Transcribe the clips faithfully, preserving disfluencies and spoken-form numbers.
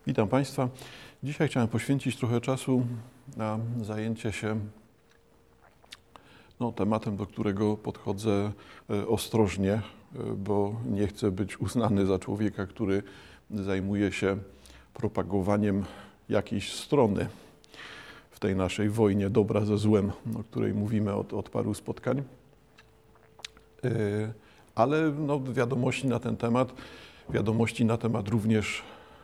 Witam Państwa. Dzisiaj chciałem poświęcić trochę czasu na zajęcie się no, tematem, do którego podchodzę ostrożnie, bo nie chcę być uznany za człowieka, który zajmuje się propagowaniem jakiejś strony w tej naszej wojnie dobra ze złem, o której mówimy od, od paru spotkań. Ale no, wiadomości na ten temat, wiadomości na temat również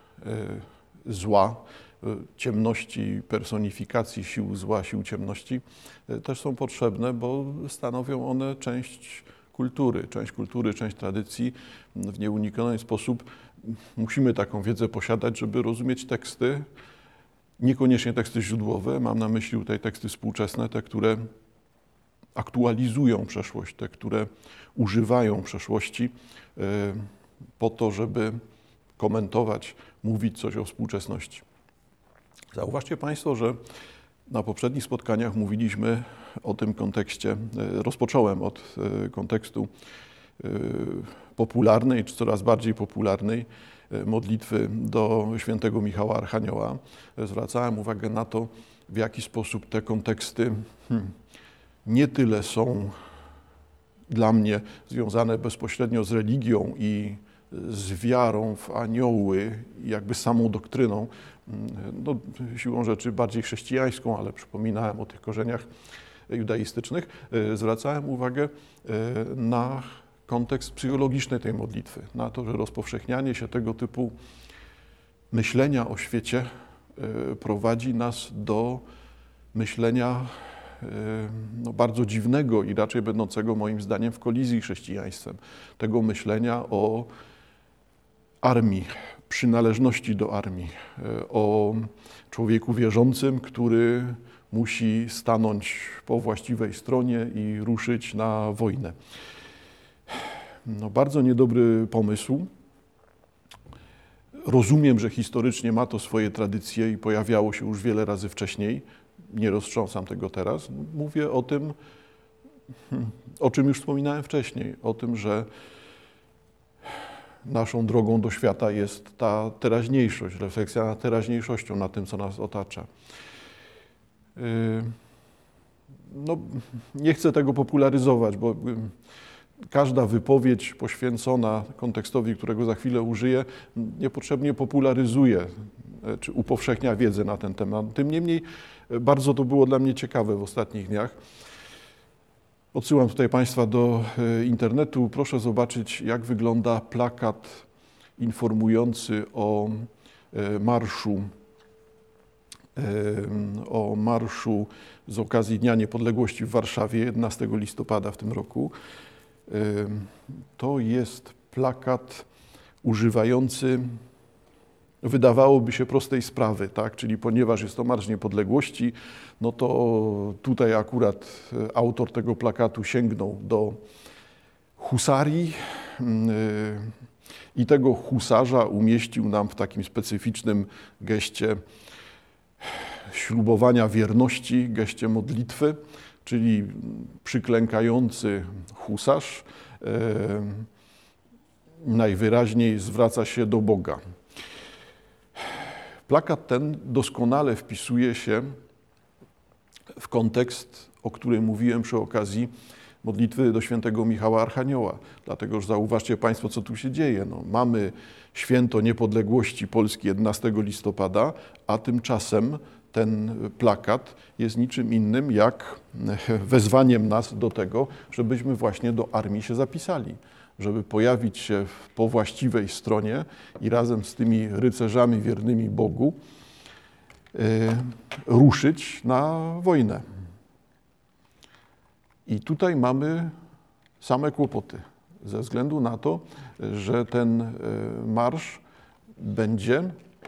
zła, ciemności, personifikacji sił zła, sił ciemności też są potrzebne, bo stanowią one część kultury, część kultury, część tradycji. W nieunikniony sposób musimy taką wiedzę posiadać, żeby rozumieć teksty, niekoniecznie teksty źródłowe, mam na myśli tutaj teksty współczesne, te, które aktualizują przeszłość, te, które używają przeszłości po to, żeby komentować, mówić coś o współczesności. Zauważcie Państwo, że na poprzednich spotkaniach mówiliśmy o tym kontekście, rozpocząłem od kontekstu popularnej, czy coraz bardziej popularnej modlitwy do świętego Michała Archanioła. Zwracałem uwagę na to, w jaki sposób te konteksty hmm, nie tyle są dla mnie związane bezpośrednio z religią i z wiarą w anioły, jakby samą doktryną, no, siłą rzeczy bardziej chrześcijańską, ale przypominałem o tych korzeniach judaistycznych, zwracałem uwagę na kontekst psychologiczny tej modlitwy, na to, że rozpowszechnianie się tego typu myślenia o świecie prowadzi nas do myślenia no, bardzo dziwnego i raczej będącego moim zdaniem w kolizji z chrześcijaństwem. Tego myślenia o armii, przynależności do armii, o człowieku wierzącym, który musi stanąć po właściwej stronie i ruszyć na wojnę. No, bardzo niedobry pomysł. Rozumiem, że historycznie ma to swoje tradycje i pojawiało się już wiele razy wcześniej. Nie roztrząsam tego teraz. Mówię o tym, o czym już wspominałem wcześniej, o tym, że naszą drogą do świata jest ta teraźniejszość, refleksja nad teraźniejszością, nad tym, co nas otacza. No, nie chcę tego popularyzować, bo każda wypowiedź poświęcona kontekstowi, którego za chwilę użyję, niepotrzebnie popularyzuje czy upowszechnia wiedzę na ten temat. Tym niemniej bardzo to było dla mnie ciekawe w ostatnich dniach. Odsyłam tutaj Państwa do internetu. Proszę zobaczyć, jak wygląda plakat informujący o marszu, o marszu z okazji Dnia Niepodległości w Warszawie jedenastego listopada w tym roku. To jest plakat używający, wydawałoby się, prostej sprawy, tak? Czyli ponieważ jest to Marsz Niepodległości, no to tutaj akurat autor tego plakatu sięgnął do husarii i tego husarza umieścił nam w takim specyficznym geście ślubowania wierności, geście modlitwy, czyli przyklękający husarz najwyraźniej zwraca się do Boga. Plakat ten doskonale wpisuje się w kontekst, o którym mówiłem przy okazji modlitwy do świętego Michała Archanioła. Dlatego, że zauważcie Państwo, co tu się dzieje. No, mamy święto niepodległości Polski jedenastego listopada, a tymczasem ten plakat jest niczym innym jak wezwaniem nas do tego, żebyśmy właśnie do armii się zapisali, żeby pojawić się po właściwej stronie i razem z tymi rycerzami wiernymi Bogu yy, ruszyć na wojnę. I tutaj mamy same kłopoty, ze względu na to, że ten marsz będzie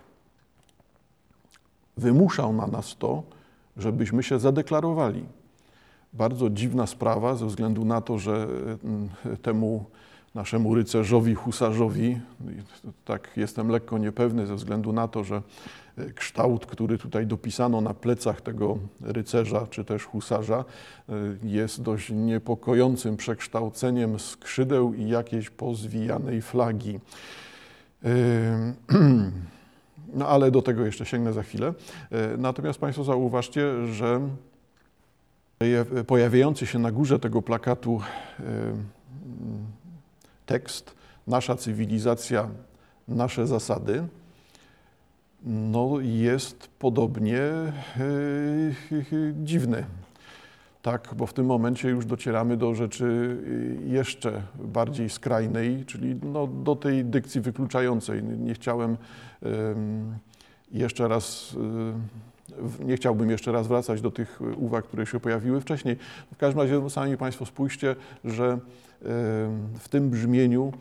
wymuszał na nas to, żebyśmy się zadeklarowali. Bardzo dziwna sprawa, ze względu na to, że temu naszemu rycerzowi, husarzowi, tak jestem lekko niepewny, ze względu na to, że kształt, który tutaj dopisano na plecach tego rycerza czy też husarza, jest dość niepokojącym przekształceniem skrzydeł i jakiejś pozwijanej flagi. no ale do tego jeszcze sięgnę za chwilę. Natomiast Państwo zauważcie, że pojawiający się na górze tego plakatu tekst "Nasza cywilizacja, nasze zasady" no jest podobnie dziwny. Tak, bo w tym momencie już docieramy do rzeczy jeszcze bardziej skrajnej, czyli no, do tej dykcji wykluczającej. Nie chciałem jeszcze raz, nie chciałbym jeszcze raz wracać do tych uwag, które się pojawiły wcześniej. W każdym razie sami Państwo spójrzcie, że w tym brzmieniu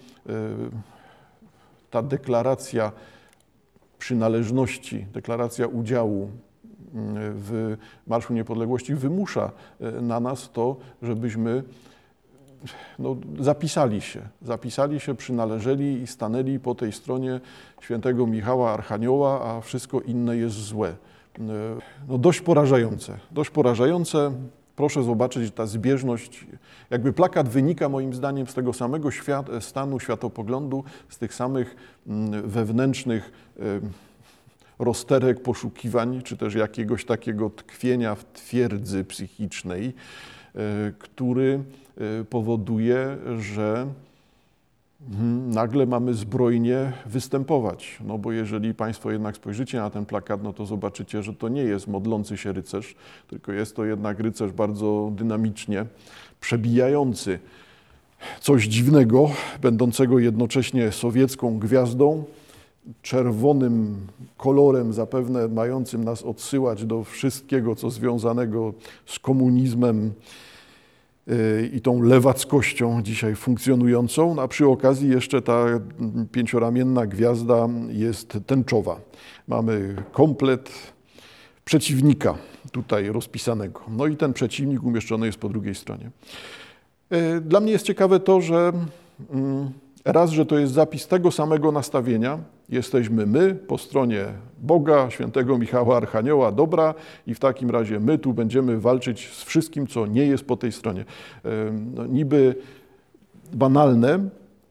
ta deklaracja przynależności, deklaracja udziału w Marszu Niepodległości wymusza na nas to, żebyśmy no, zapisali się, zapisali się, przynależeli i stanęli po tej stronie świętego Michała Archanioła, a wszystko inne jest złe. No, dość porażające, dość porażające. Proszę zobaczyć, że ta zbieżność, jakby plakat wynika moim zdaniem z tego samego świat, stanu światopoglądu, z tych samych wewnętrznych rozterek, poszukiwań, czy też jakiegoś takiego tkwienia w twierdzy psychicznej, który powoduje, że nagle mamy zbrojnie występować. No bo jeżeli Państwo jednak spojrzycie na ten plakat, no to zobaczycie, że to nie jest modlący się rycerz, tylko jest to jednak rycerz bardzo dynamicznie przebijający coś dziwnego, będącego jednocześnie sowiecką gwiazdą, czerwonym kolorem zapewne mającym nas odsyłać do wszystkiego, co związanego z komunizmem i tą lewackością dzisiaj funkcjonującą, a przy okazji jeszcze ta pięcioramienna gwiazda jest tęczowa. Mamy komplet przeciwnika tutaj rozpisanego. No i ten przeciwnik umieszczony jest po drugiej stronie. Dla mnie jest ciekawe to, że raz, że to jest zapis tego samego nastawienia, jesteśmy my po stronie Boga, świętego Michała Archanioła, dobra i w takim razie my tu będziemy walczyć z wszystkim, co nie jest po tej stronie. No, niby banalne,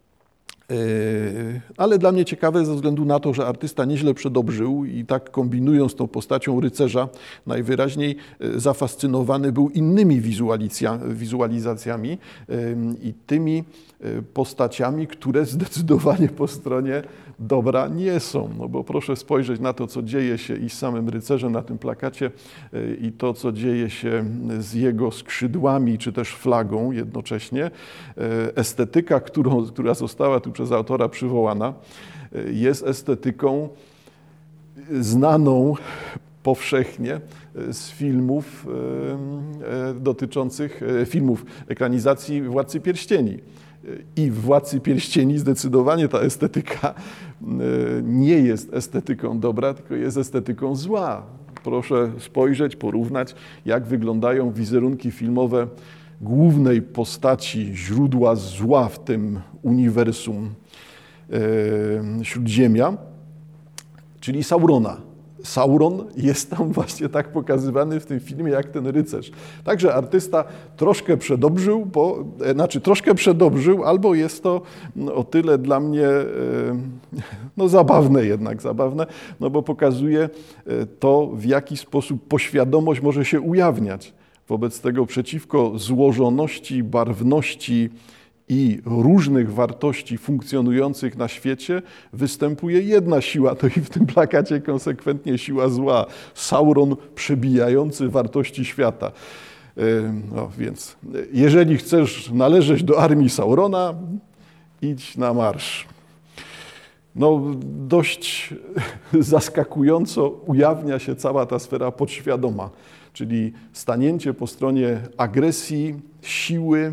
ale dla mnie ciekawe ze względu na to, że artysta nieźle przedobrzył i tak kombinując tą postacią rycerza, najwyraźniej zafascynowany był innymi wizualizacjami i tymi postaciami, które zdecydowanie po stronie dobra nie są. No bo proszę spojrzeć na to, co dzieje się i z samym rycerzem na tym plakacie i to, co dzieje się z jego skrzydłami, czy też flagą jednocześnie. Estetyka, którą, która została tu przez autora przywołana, jest estetyką znaną powszechnie z filmów dotyczących filmów ekranizacji Władcy Pierścieni. I w Władcy Pierścieni zdecydowanie ta estetyka nie jest estetyką dobra, tylko jest estetyką zła. Proszę spojrzeć, porównać, jak wyglądają wizerunki filmowe głównej postaci źródła zła w tym uniwersum Śródziemia, czyli Saurona. Sauron jest tam właśnie tak pokazywany w tym filmie, jak ten rycerz. Także artysta troszkę przedobrzył, bo, znaczy troszkę przedobrzył, albo jest to o tyle dla mnie no, zabawne jednak, zabawne, no bo pokazuje to, w jaki sposób poświadomość może się ujawniać. Wobec tego przeciwko złożoności, barwności i różnych wartości funkcjonujących na świecie występuje jedna siła, to i w tym plakacie konsekwentnie siła zła. Sauron przebijający wartości świata. No więc, jeżeli chcesz należeć do armii Saurona, idź na marsz. No, dość zaskakująco ujawnia się cała ta sfera podświadoma, czyli stanięcie po stronie agresji, siły,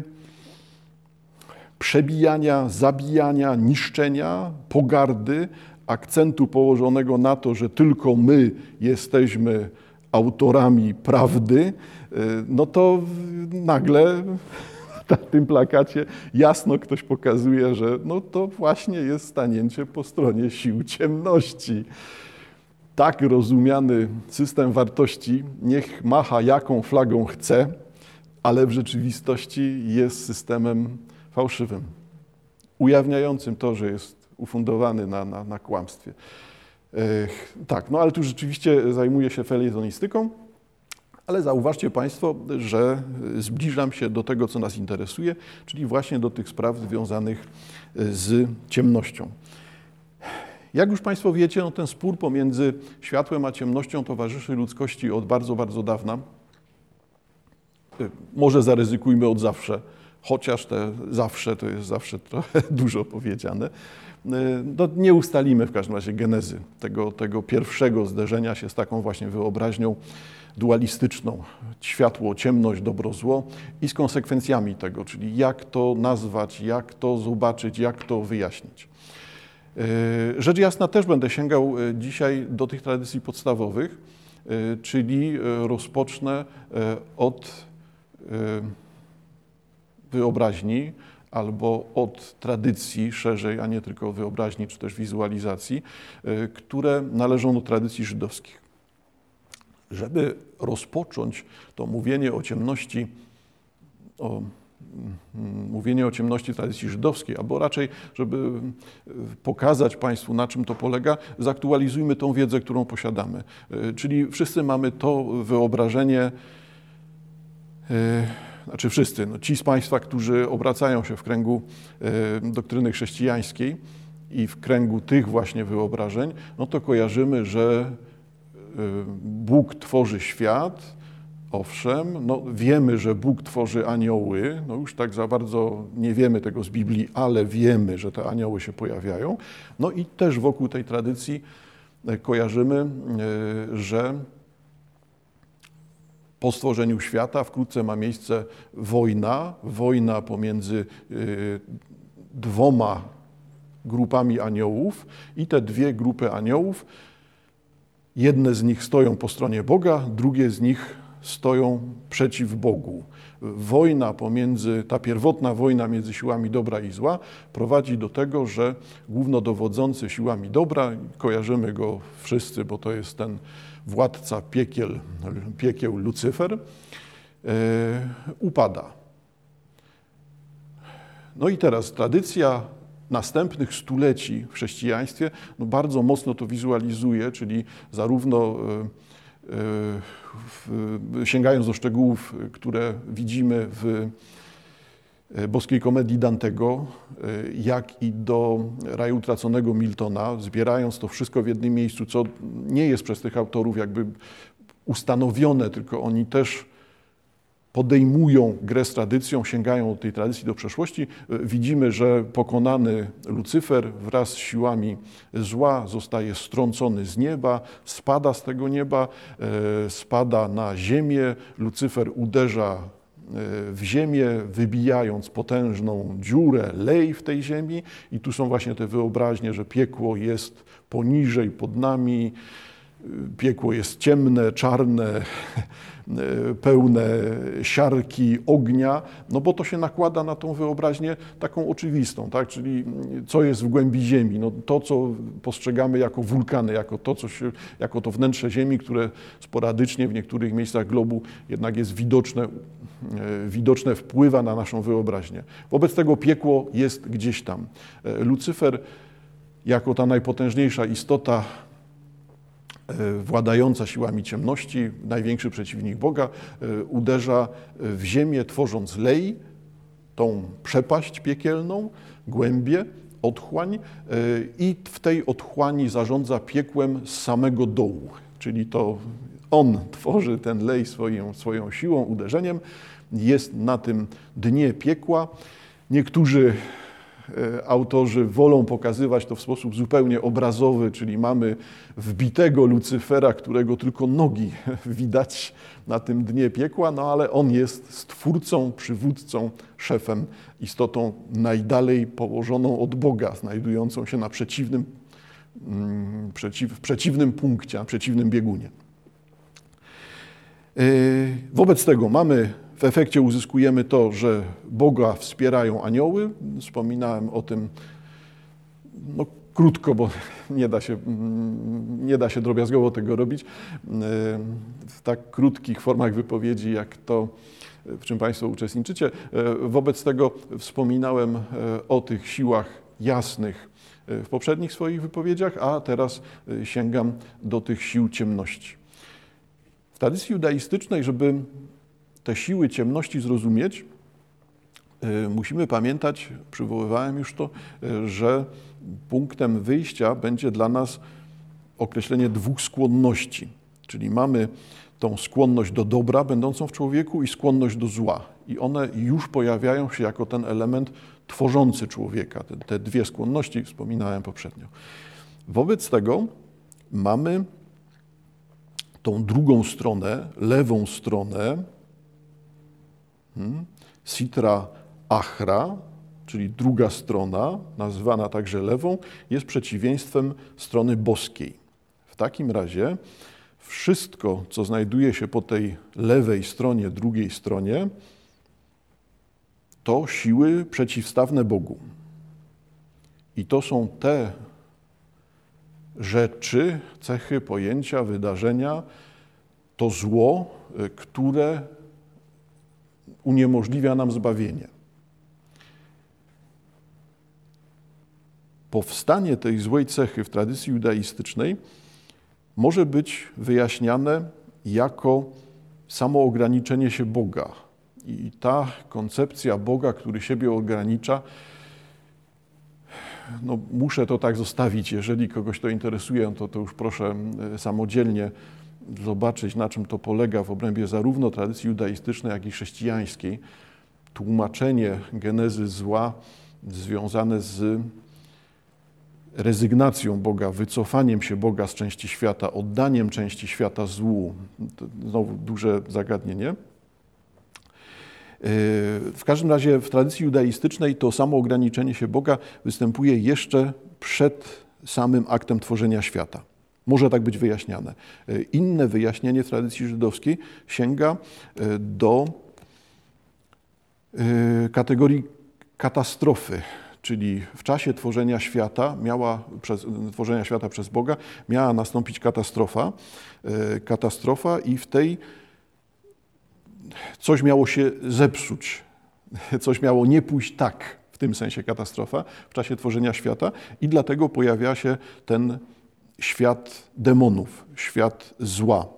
przebijania, zabijania, niszczenia, pogardy, akcentu położonego na to, że tylko my jesteśmy autorami prawdy, no to nagle na tym plakacie jasno ktoś pokazuje, że no to właśnie jest stanięcie po stronie sił ciemności. Tak rozumiany system wartości niech macha jaką flagą chce, ale w rzeczywistości jest systemem fałszywym, ujawniającym to, że jest ufundowany na, na, na kłamstwie. Tak, no ale tu rzeczywiście zajmuję się felietonistyką, ale zauważcie Państwo, że zbliżam się do tego, co nas interesuje, czyli właśnie do tych spraw związanych z ciemnością. Jak już Państwo wiecie, no ten spór pomiędzy światłem a ciemnością towarzyszy ludzkości od bardzo, bardzo dawna. Może zaryzykujmy od zawsze, chociaż te zawsze to jest zawsze trochę dużo powiedziane. No, nie ustalimy w każdym razie genezy tego, tego pierwszego zderzenia się z taką właśnie wyobraźnią dualistyczną, światło, ciemność, dobro, zło i z konsekwencjami tego, czyli jak to nazwać, jak to zobaczyć, jak to wyjaśnić. Rzecz jasna też będę sięgał dzisiaj do tych tradycji podstawowych, czyli rozpocznę od wyobraźni albo od tradycji szerzej, a nie tylko wyobraźni czy też wizualizacji, które należą do tradycji żydowskich. Żeby rozpocząć to mówienie o ciemności, o, mówienie o ciemności tradycji żydowskiej, albo raczej, żeby pokazać Państwu, na czym to polega, zaktualizujmy tą wiedzę, którą posiadamy. Czyli wszyscy mamy to wyobrażenie, znaczy wszyscy, no ci z Państwa, którzy obracają się w kręgu doktryny chrześcijańskiej i w kręgu tych właśnie wyobrażeń, no to kojarzymy, że Bóg tworzy świat, owszem, no wiemy, że Bóg tworzy anioły, no już tak za bardzo nie wiemy tego z Biblii, ale wiemy, że te anioły się pojawiają. No i też wokół tej tradycji kojarzymy, że po stworzeniu świata wkrótce ma miejsce wojna, wojna pomiędzy dwoma grupami aniołów i te dwie grupy aniołów, jedne z nich stoją po stronie Boga, drugie z nich stoją przeciw Bogu. Wojna pomiędzy, ta pierwotna wojna między siłami dobra i zła prowadzi do tego, że głównodowodzący siłami dobra, kojarzymy go wszyscy, bo to jest ten władca piekiel, piekieł Lucyfer, e, upada. No i teraz tradycja następnych stuleci w chrześcijaństwie no bardzo mocno to wizualizuje, czyli zarówno e, e, sięgając do szczegółów, które widzimy w Boskiej Komedii Dantego, jak i do Raju Utraconego Miltona, zbierając to wszystko w jednym miejscu, co nie jest przez tych autorów jakby ustanowione, tylko oni też podejmują grę z tradycją, sięgają od tej tradycji do przeszłości. Widzimy, że pokonany Lucyfer wraz z siłami zła zostaje strącony z nieba, spada z tego nieba, spada na ziemię. Lucyfer uderza w ziemię, wybijając potężną dziurę, lej w tej ziemi. I tu są właśnie te wyobraźnie, że piekło jest poniżej, pod nami. Piekło jest ciemne, czarne, pełne siarki, ognia, no bo to się nakłada na tą wyobraźnię taką oczywistą, tak? Czyli co jest w głębi ziemi, no to, co postrzegamy jako wulkany, jako to, co się, jako to wnętrze ziemi, które sporadycznie w niektórych miejscach globu jednak jest widoczne, widoczne wpływa na naszą wyobraźnię. Wobec tego piekło jest gdzieś tam. Lucyfer jako ta najpotężniejsza istota władająca siłami ciemności, największy przeciwnik Boga, uderza w ziemię, tworząc lej, tą przepaść piekielną, głębię, otchłań i w tej otchłani zarządza piekłem z samego dołu. Czyli to on tworzy ten lej swoją, swoją siłą, uderzeniem, jest na tym dnie piekła. Niektórzy autorzy wolą pokazywać to w sposób zupełnie obrazowy, czyli mamy wbitego Lucyfera, którego tylko nogi widać na tym dnie piekła, no ale on jest stwórcą, przywódcą, szefem, istotą najdalej położoną od Boga, znajdującą się na przeciwnym, przeciw, w przeciwnym punkcie, na przeciwnym biegunie. Wobec tego mamy W efekcie uzyskujemy to, że Boga wspierają anioły. Wspominałem o tym no, krótko, bo nie da się, nie da się drobiazgowo tego robić. W tak krótkich formach wypowiedzi, jak to, w czym Państwo uczestniczycie. Wobec tego wspominałem o tych siłach jasnych w poprzednich swoich wypowiedziach, a teraz sięgam do tych sił ciemności. W tradycji judaistycznej, żeby te siły ciemności zrozumieć, musimy pamiętać, przywoływałem już to, że punktem wyjścia będzie dla nas określenie dwóch skłonności. Czyli mamy tą skłonność do dobra będącą w człowieku i skłonność do zła. I one już pojawiają się jako ten element tworzący człowieka. Te, te dwie skłonności wspominałem poprzednio. Wobec tego mamy tą drugą stronę, lewą stronę, hmm, sitra achra, czyli druga strona, nazywana także lewą, jest przeciwieństwem strony boskiej. W takim razie wszystko, co znajduje się po tej lewej stronie, drugiej stronie, to siły przeciwstawne Bogu. I to są te rzeczy, cechy, pojęcia, wydarzenia, to zło, które uniemożliwia nam zbawienie. Powstanie tej złej cechy w tradycji judaistycznej może być wyjaśniane jako samo ograniczenie się Boga. I ta koncepcja Boga, który siebie ogranicza, no muszę to tak zostawić. Jeżeli kogoś to interesuje, to, to już proszę samodzielnie zobaczyć, na czym to polega w obrębie zarówno tradycji judaistycznej, jak i chrześcijańskiej. Tłumaczenie genezy zła związane z rezygnacją Boga, wycofaniem się Boga z części świata, oddaniem części świata złu. To znowu duże zagadnienie. W każdym razie w tradycji judaistycznej to samo ograniczenie się Boga występuje jeszcze przed samym aktem tworzenia świata. Może tak być wyjaśniane. Inne wyjaśnienie w tradycji żydowskiej sięga do kategorii katastrofy, czyli w czasie tworzenia świata, miała, przez, tworzenia świata przez Boga miała nastąpić katastrofa, katastrofa i w tej coś miało się zepsuć, coś miało nie pójść tak, w tym sensie katastrofa, w czasie tworzenia świata i dlatego pojawia się ten świat demonów, świat zła.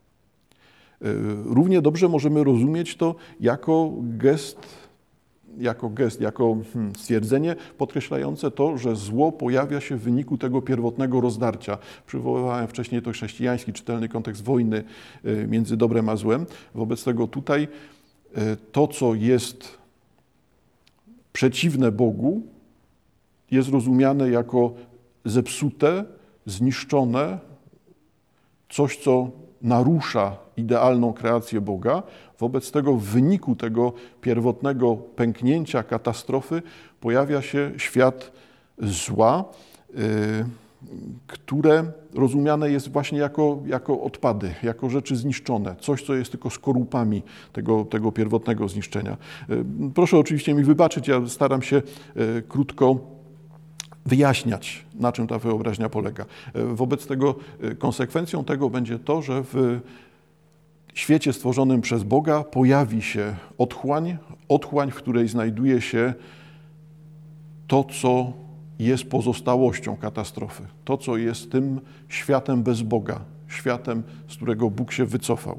Równie dobrze możemy rozumieć to jako gest, jako gest, jako hmm, stwierdzenie podkreślające to, że zło pojawia się w wyniku tego pierwotnego rozdarcia. Przywoływałem wcześniej to chrześcijański, czytelny kontekst wojny między dobrem a złem. Wobec tego tutaj to, co jest przeciwne Bogu, jest rozumiane jako zepsute, zniszczone, coś, co narusza idealną kreację Boga. Wobec tego w wyniku tego pierwotnego pęknięcia, katastrofy pojawia się świat zła, yy, które rozumiane jest właśnie jako, jako odpady, jako rzeczy zniszczone, coś, co jest tylko skorupami tego, tego pierwotnego zniszczenia. Yy, proszę oczywiście mi wybaczyć, ja staram się yy, krótko wyjaśniać, na czym ta wyobraźnia polega. Wobec tego konsekwencją tego będzie to, że w świecie stworzonym przez Boga pojawi się otchłań, otchłań, w której znajduje się to, co jest pozostałością katastrofy, to, co jest tym światem bez Boga, światem, z którego Bóg się wycofał.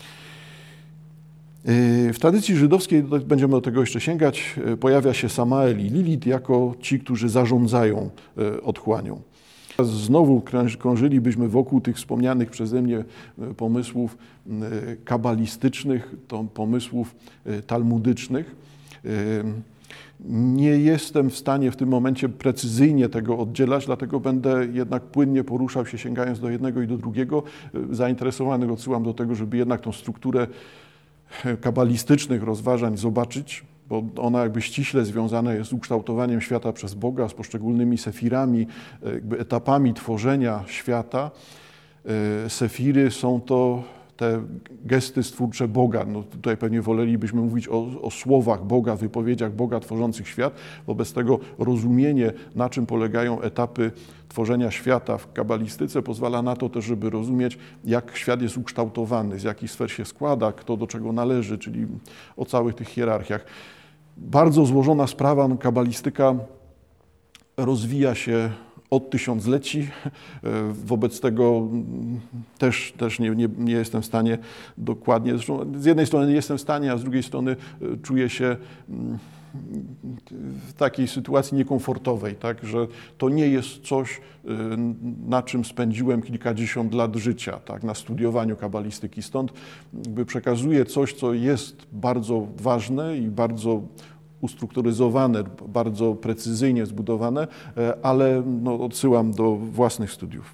W tradycji żydowskiej, będziemy do tego jeszcze sięgać, pojawia się Samael i Lilit jako ci, którzy zarządzają otchłanią. Znowu krążylibyśmy wokół tych wspomnianych przeze mnie pomysłów kabalistycznych, pomysłów talmudycznych. Nie jestem w stanie w tym momencie precyzyjnie tego oddzielać, dlatego będę jednak płynnie poruszał się, sięgając do jednego i do drugiego. Zainteresowanych odsyłam do tego, żeby jednak tą strukturę kabalistycznych rozważań zobaczyć, bo ona jakby ściśle związana jest z ukształtowaniem świata przez Boga, z poszczególnymi sefirami, jakby etapami tworzenia świata. Sefiry są to te gesty stwórcze Boga. No tutaj pewnie wolelibyśmy mówić o, o słowach Boga, wypowiedziach Boga tworzących świat. Wobec tego rozumienie, na czym polegają etapy tworzenia świata w kabalistyce, pozwala na to też, żeby rozumieć, jak świat jest ukształtowany, z jakich sfer się składa, kto do czego należy, czyli o całych tych hierarchiach. Bardzo złożona sprawa, no, kabalistyka rozwija się od tysiącleci. Wobec tego też, też nie, nie, nie jestem w stanie dokładnie, zresztą z jednej strony nie jestem w stanie, a z drugiej strony czuję się w takiej sytuacji niekomfortowej, tak, że to nie jest coś, na czym spędziłem kilkadziesiąt lat życia, tak, na studiowaniu kabalistyki. Stąd jakby przekazuję coś, co jest bardzo ważne i bardzo ustrukturyzowane, bardzo precyzyjnie zbudowane, ale no, odsyłam do własnych studiów.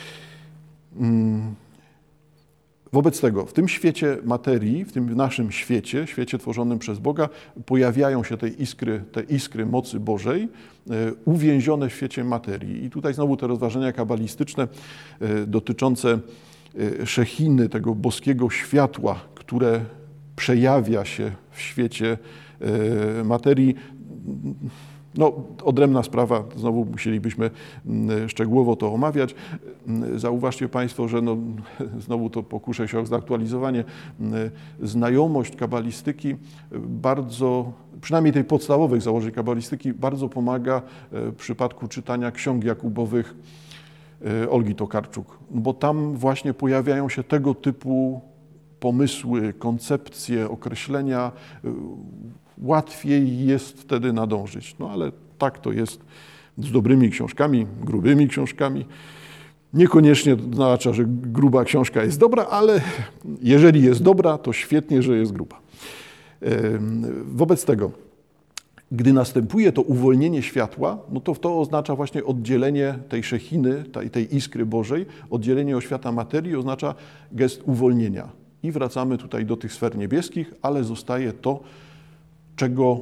Wobec tego w tym świecie materii, w tym naszym świecie, świecie tworzonym przez Boga, pojawiają się te iskry, te iskry mocy Bożej uwięzione w świecie materii. I tutaj znowu te rozważania kabalistyczne dotyczące szechiny, tego boskiego światła, które przejawia się w świecie materii. No, odrębna sprawa, znowu musielibyśmy szczegółowo to omawiać. Zauważcie Państwo, że no, znowu to pokuszę się o zaktualizowanie. Znajomość kabalistyki bardzo, przynajmniej tej podstawowych założeń kabalistyki, bardzo pomaga w przypadku czytania ksiąg Jakubowych Olgi Tokarczuk, bo tam właśnie pojawiają się tego typu pomysły, koncepcje, określenia. Łatwiej jest wtedy nadążyć. No ale tak to jest z dobrymi książkami, grubymi książkami. Niekoniecznie oznacza, że gruba książka jest dobra, ale jeżeli jest dobra, to świetnie, że jest gruba. Wobec tego, gdy następuje to uwolnienie światła, no to to oznacza właśnie oddzielenie tej szechiny, tej, tej iskry Bożej, oddzielenie od świata materii oznacza gest uwolnienia. I wracamy tutaj do tych sfer niebieskich, ale zostaje to, czego,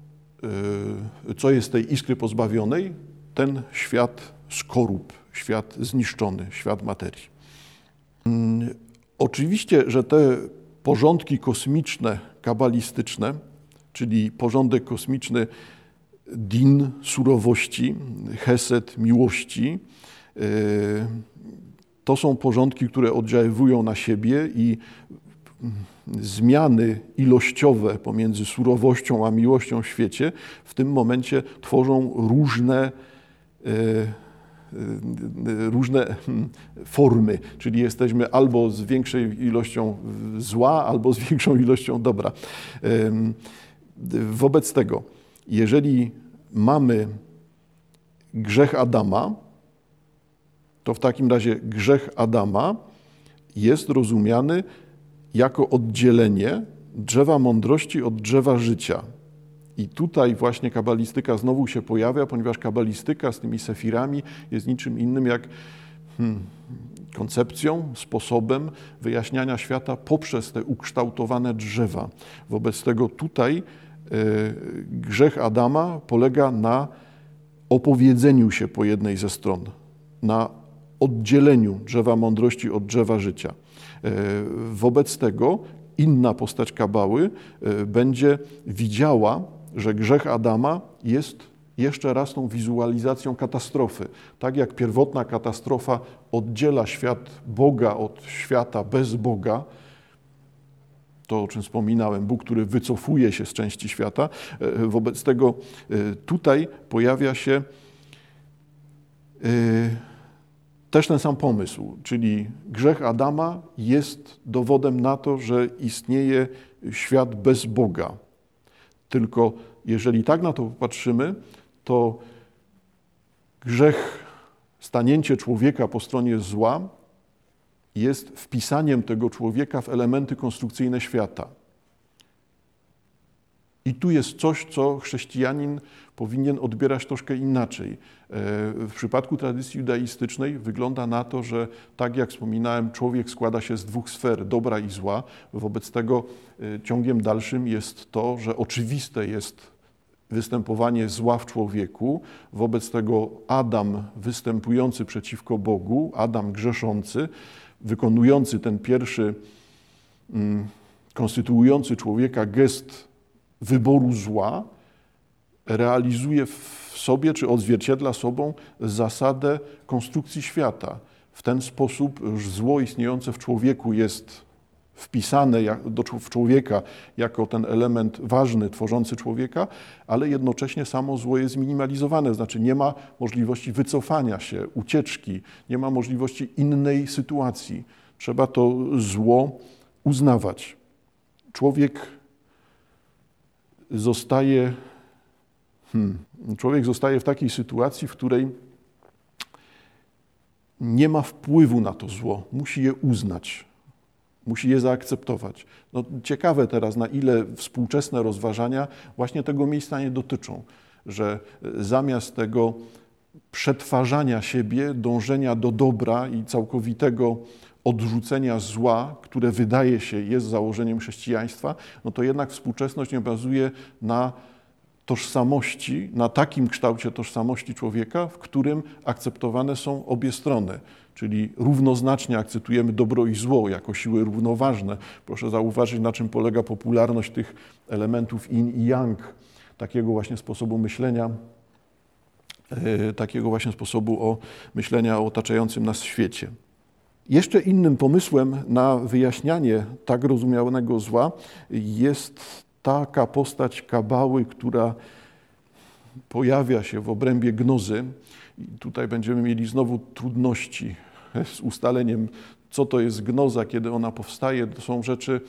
co jest tej iskry pozbawionej, ten świat skorup, świat zniszczony, świat materii. Oczywiście, że te porządki kosmiczne, kabalistyczne, czyli porządek kosmiczny din, surowości, chesed, miłości, to są porządki, które oddziaływują na siebie i zmiany ilościowe pomiędzy surowością a miłością w świecie w tym momencie tworzą różne, różne formy, czyli jesteśmy albo z większą ilością zła, albo z większą ilością dobra. Wobec tego, jeżeli mamy grzech Adama, to w takim razie grzech Adama jest rozumiany jako oddzielenie drzewa mądrości od drzewa życia. I tutaj właśnie kabalistyka znowu się pojawia, ponieważ kabalistyka z tymi sefirami jest niczym innym jak hmm, koncepcją, sposobem wyjaśniania świata poprzez te ukształtowane drzewa. Wobec tego tutaj y, grzech Adama polega na opowiedzeniu się po jednej ze stron, na oddzieleniu drzewa mądrości od drzewa życia. Wobec tego inna postać Kabały będzie widziała, że grzech Adama jest jeszcze raz tą wizualizacją katastrofy. Tak jak pierwotna katastrofa oddziela świat Boga od świata bez Boga, to o czym wspominałem, Bóg, który wycofuje się z części świata, wobec tego tutaj pojawia się też ten sam pomysł, czyli grzech Adama jest dowodem na to, że istnieje świat bez Boga. Tylko jeżeli tak na to popatrzymy, to grzech, stanięcie człowieka po stronie zła jest wpisaniem tego człowieka w elementy konstrukcyjne świata. I tu jest coś, co chrześcijanin powinien odbierać troszkę inaczej. W przypadku tradycji judaistycznej wygląda na to, że tak jak wspominałem, człowiek składa się z dwóch sfer, dobra i zła. Wobec tego ciągiem dalszym jest to, że oczywiste jest występowanie zła w człowieku. Wobec tego Adam występujący przeciwko Bogu, Adam grzeszący, wykonujący ten pierwszy konstytuujący człowieka gest wyboru zła, realizuje w sobie, czy odzwierciedla sobą zasadę konstrukcji świata. W ten sposób zło istniejące w człowieku jest wpisane do, w człowieka jako ten element ważny, tworzący człowieka, ale jednocześnie samo zło jest zminimalizowane, znaczy nie ma możliwości wycofania się, ucieczki, nie ma możliwości innej sytuacji. Trzeba to zło uznawać. Człowiek zostaje, hmm, człowiek zostaje w takiej sytuacji, w której nie ma wpływu na to zło, musi je uznać. Musi je zaakceptować. No, ciekawe teraz, na ile współczesne rozważania właśnie tego miejsca nie dotyczą, że zamiast tego przetwarzania siebie, dążenia do dobra i całkowitego odrzucenia zła, które wydaje się jest założeniem chrześcijaństwa, no to jednak współczesność nie bazuje na tożsamości, na takim kształcie tożsamości człowieka, w którym akceptowane są obie strony. Czyli równoznacznie akceptujemy dobro i zło jako siły równoważne. Proszę zauważyć, na czym polega popularność tych elementów yin i yang, takiego właśnie sposobu myślenia, yy, takiego właśnie sposobu o myślenia o otaczającym nas świecie. Jeszcze innym pomysłem na wyjaśnianie tak rozumianego zła jest taka postać Kabały, która pojawia się w obrębie gnozy. I tutaj będziemy mieli znowu trudności z ustaleniem, co to jest gnoza, kiedy ona powstaje. To są rzeczy...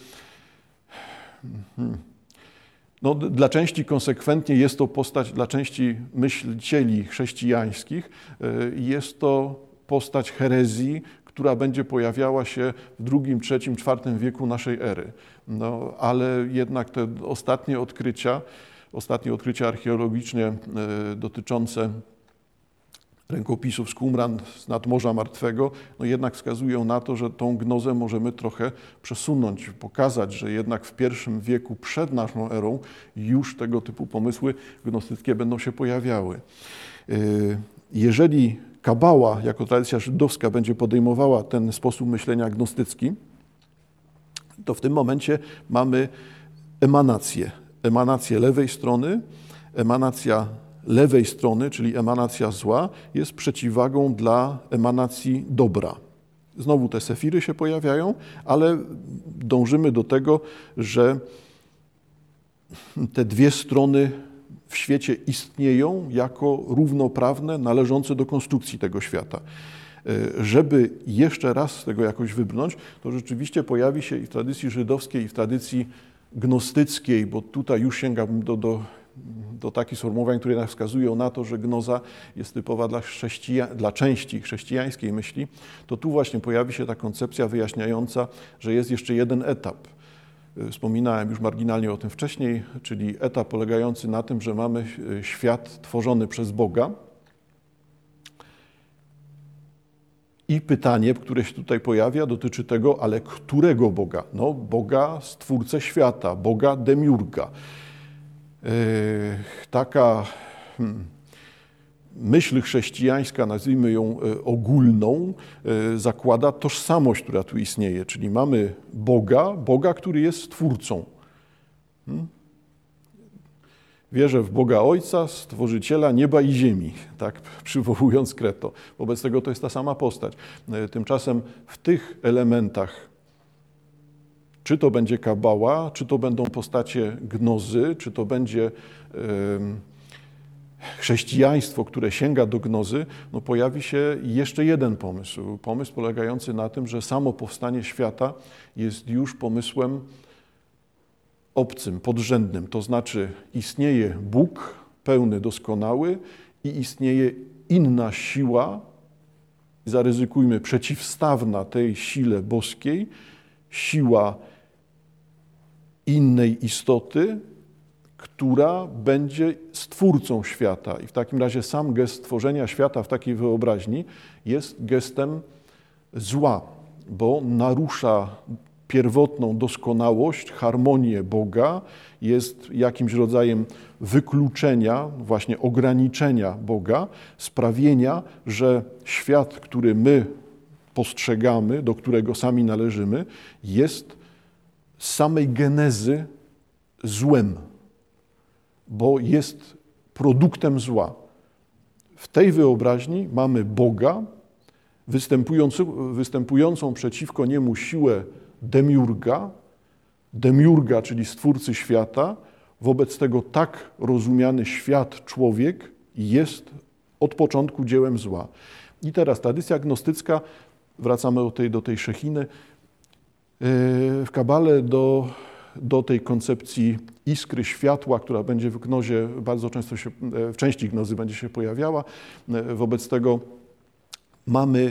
No, dla części konsekwentnie jest to postać, dla części myślicieli chrześcijańskich, jest to postać herezji, która będzie pojawiała się w drugim, trzecim, czwartym wieku naszej ery. No, ale jednak te ostatnie odkrycia, ostatnie odkrycia archeologiczne dotyczące rękopisów z Qumran, z nadmorza martwego, no jednak wskazują na to, że tą gnozę możemy trochę przesunąć, pokazać, że jednak w pierwszym wieku przed naszą erą już tego typu pomysły gnostyckie będą się pojawiały. Jeżeli Kabała jako tradycja żydowska będzie podejmowała ten sposób myślenia gnostycki, to w tym momencie mamy emanację. Emanację lewej strony, emanacja lewej strony, czyli emanacja zła, jest przeciwwagą dla emanacji dobra. Znowu te sefiry się pojawiają, ale dążymy do tego, że te dwie strony w świecie istnieją jako równoprawne, należące do konstrukcji tego świata. Żeby jeszcze raz z tego jakoś wybrnąć, to rzeczywiście pojawi się i w tradycji żydowskiej, i w tradycji gnostyckiej, bo tutaj już sięgam do, do, do takich sformułowań, które nas wskazują na to, że gnoza jest typowa dla, chrześcija- dla części chrześcijańskiej myśli, to tu właśnie pojawi się ta koncepcja wyjaśniająca, że jest jeszcze jeden etap. Wspominałem już marginalnie o tym wcześniej, czyli etap polegający na tym, że mamy świat tworzony przez Boga. I pytanie, które się tutaj pojawia, dotyczy tego, ale którego Boga? No, Boga, Stwórcę świata, Boga Demiurga. Yy, taka hmm, myśl chrześcijańska, nazwijmy ją y, ogólną, y, zakłada tożsamość, która tu istnieje, czyli mamy Boga, Boga, który jest Stwórcą. Hmm? Wierzę w Boga Ojca, Stworzyciela nieba i ziemi, tak przywołując Kreto. Wobec tego to jest ta sama postać. Tymczasem w tych elementach, czy to będzie Kabała, czy to będą postacie gnozy, czy to będzie yy, chrześcijaństwo, które sięga do gnozy, no pojawi się jeszcze jeden pomysł. Pomysł polegający na tym, że samo powstanie świata jest już pomysłem obcym, podrzędnym, to znaczy istnieje Bóg pełny, doskonały i istnieje inna siła, zaryzykujmy, przeciwstawna tej sile boskiej, siła innej istoty, która będzie stwórcą świata. I w takim razie sam gest stworzenia świata w takiej wyobraźni jest gestem zła, bo narusza pierwotną doskonałość, harmonię Boga, jest jakimś rodzajem wykluczenia, właśnie ograniczenia Boga, sprawienia, że świat, który my postrzegamy, do którego sami należymy, jest z samej genezy złem, bo jest produktem zła. W tej wyobraźni mamy Boga, występującą, występującą przeciwko niemu siłę demiurga, demiurga, czyli stwórcy świata. Wobec tego tak rozumiany świat, człowiek jest od początku dziełem zła. I teraz tradycja gnostycka, wracamy do tej, do tej Szechiny, w Kabale do, do tej koncepcji iskry światła, która będzie w gnozie bardzo często się, w części gnozy będzie się pojawiała. Wobec tego mamy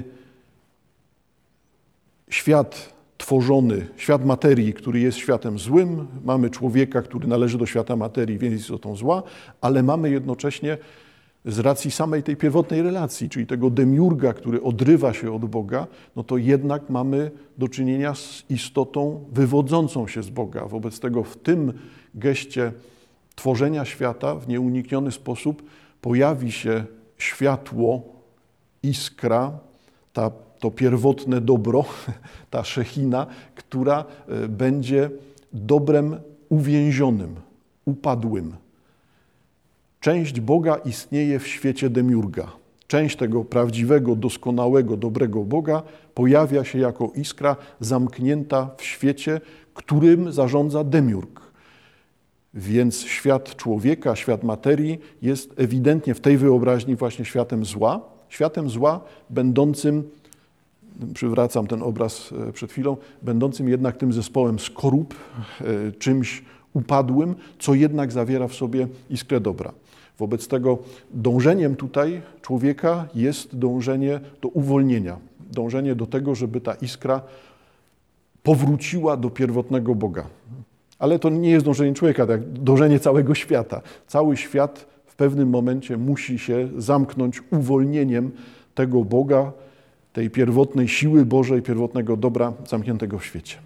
świat tworzony, świat materii, który jest światem złym, mamy człowieka, który należy do świata materii, więc jest istotą zła, ale mamy jednocześnie z racji samej tej pierwotnej relacji, czyli tego demiurga, który odrywa się od Boga, no to jednak mamy do czynienia z istotą wywodzącą się z Boga. Wobec tego w tym geście tworzenia świata w nieunikniony sposób pojawi się światło, iskra, ta, to pierwotne dobro, ta szechina, która będzie dobrem uwięzionym, upadłym. Część Boga istnieje w świecie demiurga. Część tego prawdziwego, doskonałego, dobrego Boga pojawia się jako iskra zamknięta w świecie, którym zarządza demiurg. Więc świat człowieka, świat materii jest ewidentnie w tej wyobraźni właśnie światem zła. Światem zła będącym, przywracam ten obraz przed chwilą, będącym jednak tym zespołem skorup, czymś upadłym, co jednak zawiera w sobie iskrę dobra. Wobec tego dążeniem tutaj człowieka jest dążenie do uwolnienia, dążenie do tego, żeby ta iskra powróciła do pierwotnego Boga. Ale to nie jest dążenie człowieka, tak, dążenie całego świata. Cały świat w pewnym momencie musi się zamknąć uwolnieniem tego Boga, tej pierwotnej siły Bożej, pierwotnego dobra zamkniętego w świecie.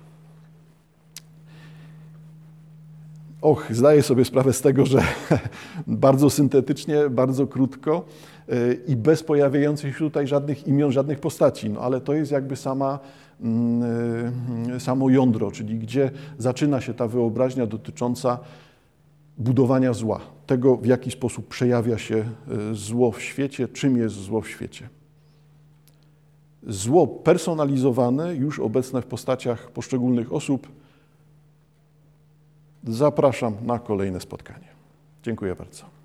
Och, zdaję sobie sprawę z tego, że bardzo syntetycznie, bardzo krótko i bez pojawiających się tutaj żadnych imion, żadnych postaci, no ale to jest jakby sama, samo jądro, czyli gdzie zaczyna się ta wyobraźnia dotycząca budowania zła, tego w jaki sposób przejawia się zło w świecie, czym jest zło w świecie. Zło personalizowane, już obecne w postaciach poszczególnych osób. Zapraszam na kolejne spotkanie. Dziękuję bardzo.